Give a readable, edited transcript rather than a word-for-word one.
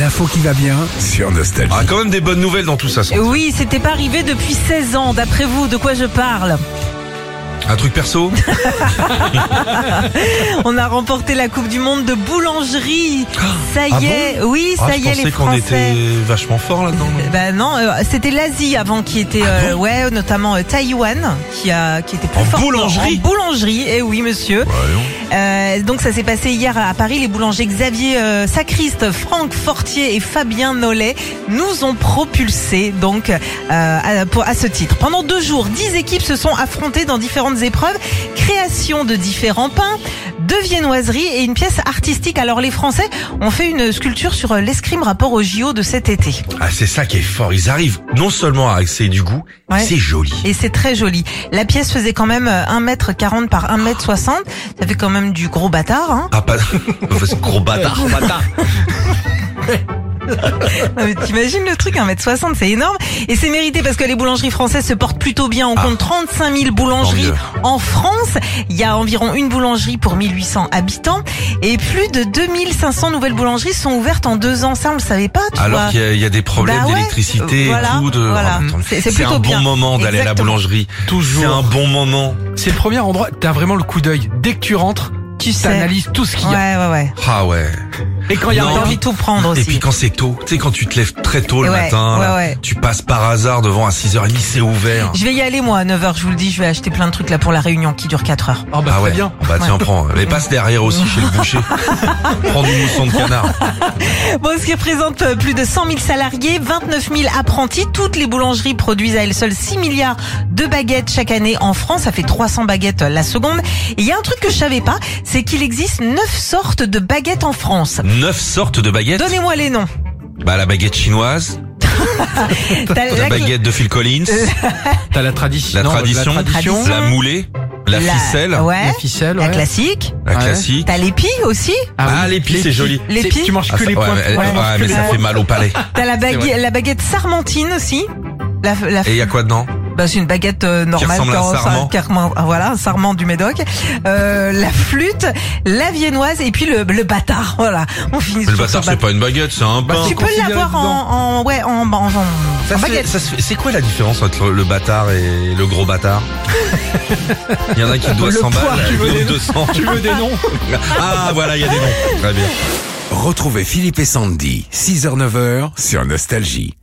L'info qui va bien sur Nostalgie. Ah, quand même des bonnes nouvelles dans tout ça. Oui, c'était pas arrivé depuis 16 ans. D'après vous, de quoi je parle? Un truc perso? On a remporté la Coupe du Monde de boulangerie. Ça y est, bon oui, ça y est, je les pensais qu'on Français. était vachement fort là-dedans. Non, c'était l'Asie avant qui était, ouais, notamment Taïwan, qui était plus En fort. boulangerie? En boulangerie, eh oui, monsieur. Donc ça s'est passé hier à Paris. Les boulangers Xavier Sacriste, Franck Fortier et Fabien Nollet nous ont propulsés donc à ce titre. Pendant 2 jours, 10 équipes se sont affrontées dans différentes épreuves, création de différents pains, de viennoiseries et une pièce artistique. Alors les Français ont fait une sculpture sur l'escrime rapport au JO de cet été. Ah, c'est ça qui est fort. Ils arrivent non seulement à essayer du goût, Ouais. c'est joli. Et c'est très joli. La pièce faisait quand même 1m40 par 1m60. Ça fait quand même du gros bâtard, hein. Ah, pas... c'est gros bâtard. Non, mais t'imagines le truc, 1m60, c'est énorme. Et c'est mérité parce que les boulangeries françaises se portent plutôt bien. On compte 35 000 boulangeries en France. Il y a environ une boulangerie pour 1800 habitants. Et plus de 2500 nouvelles boulangeries sont ouvertes en 2 ans. Ça, on le savait pas, tu Alors vois. qu'il y a des problèmes Bah ouais, d'électricité voilà, et tout. voilà. C'est C'est plutôt un bon bien. moment d'aller à la Exactement. boulangerie. Toujours. C'est un bon moment. C'est le premier endroit, t'as vraiment le coup d'œil. Dès que tu rentres, Tu sais. t'analyses tout ce qu'il y a. Ouais. Ah ouais. Et quand il y a Non. T'as envie de tout prendre aussi. Et puis quand c'est tôt, tu sais, quand tu te lèves très tôt le Ouais, matin, là, ouais. tu passes par hasard devant à 6h30, c'est ouvert. Je vais y aller, moi, à 9h, je vous le dis. Je vais acheter plein de trucs là pour la réunion qui dure 4 heures. Ah bah Ah très ouais. bien. Bah tiens, prends. Mais passe derrière aussi chez le boucher. Prends du mousson de canard. Bon, ce qui représente plus de 100 000 salariés, 29 000 apprentis. Toutes les boulangeries produisent à elles seules 6 milliards de baguettes chaque année en France. Ça fait 300 baguettes la seconde. Et il y a un truc que je savais pas, c'est qu'il existe 9 sortes de baguettes en France. 9 sortes de baguettes. Donnez-moi les noms. Bah la baguette chinoise, T'as la baguette de Phil Collins, T'as la tradition. la tradition, tradition. la moulée, la ficelle, Ouais. La ficelle, La ouais. classique. la Ouais. classique. T'as l'épi aussi. Ah, l'épi, c'est joli. L'épi. Tu manges Ah, que ça- les points. ouais, tu manges que mais les ça points. fait mal au palais. T'as la vrai. baguette sarmentine aussi. Et il y a quoi dedans? Bah, c'est une baguette normale. ressemble à un sarment. Voilà, un sarment du Médoc. La flûte, la viennoise et puis le bâtard. Voilà. On finit Mais le sur ce bâtard, c'est pas une baguette, c'est un pain. Tu peux l'avoir en baguette. C'est quoi la différence entre le bâtard et le gros bâtard? Il y en a qui doivent Le 100 poids, balles, tu veux l'autre des- 200. Tu veux des noms? Ah, voilà, il y a des noms. Très bien. Retrouvez Philippe et Sandy, 6h-9h sur Nostalgie.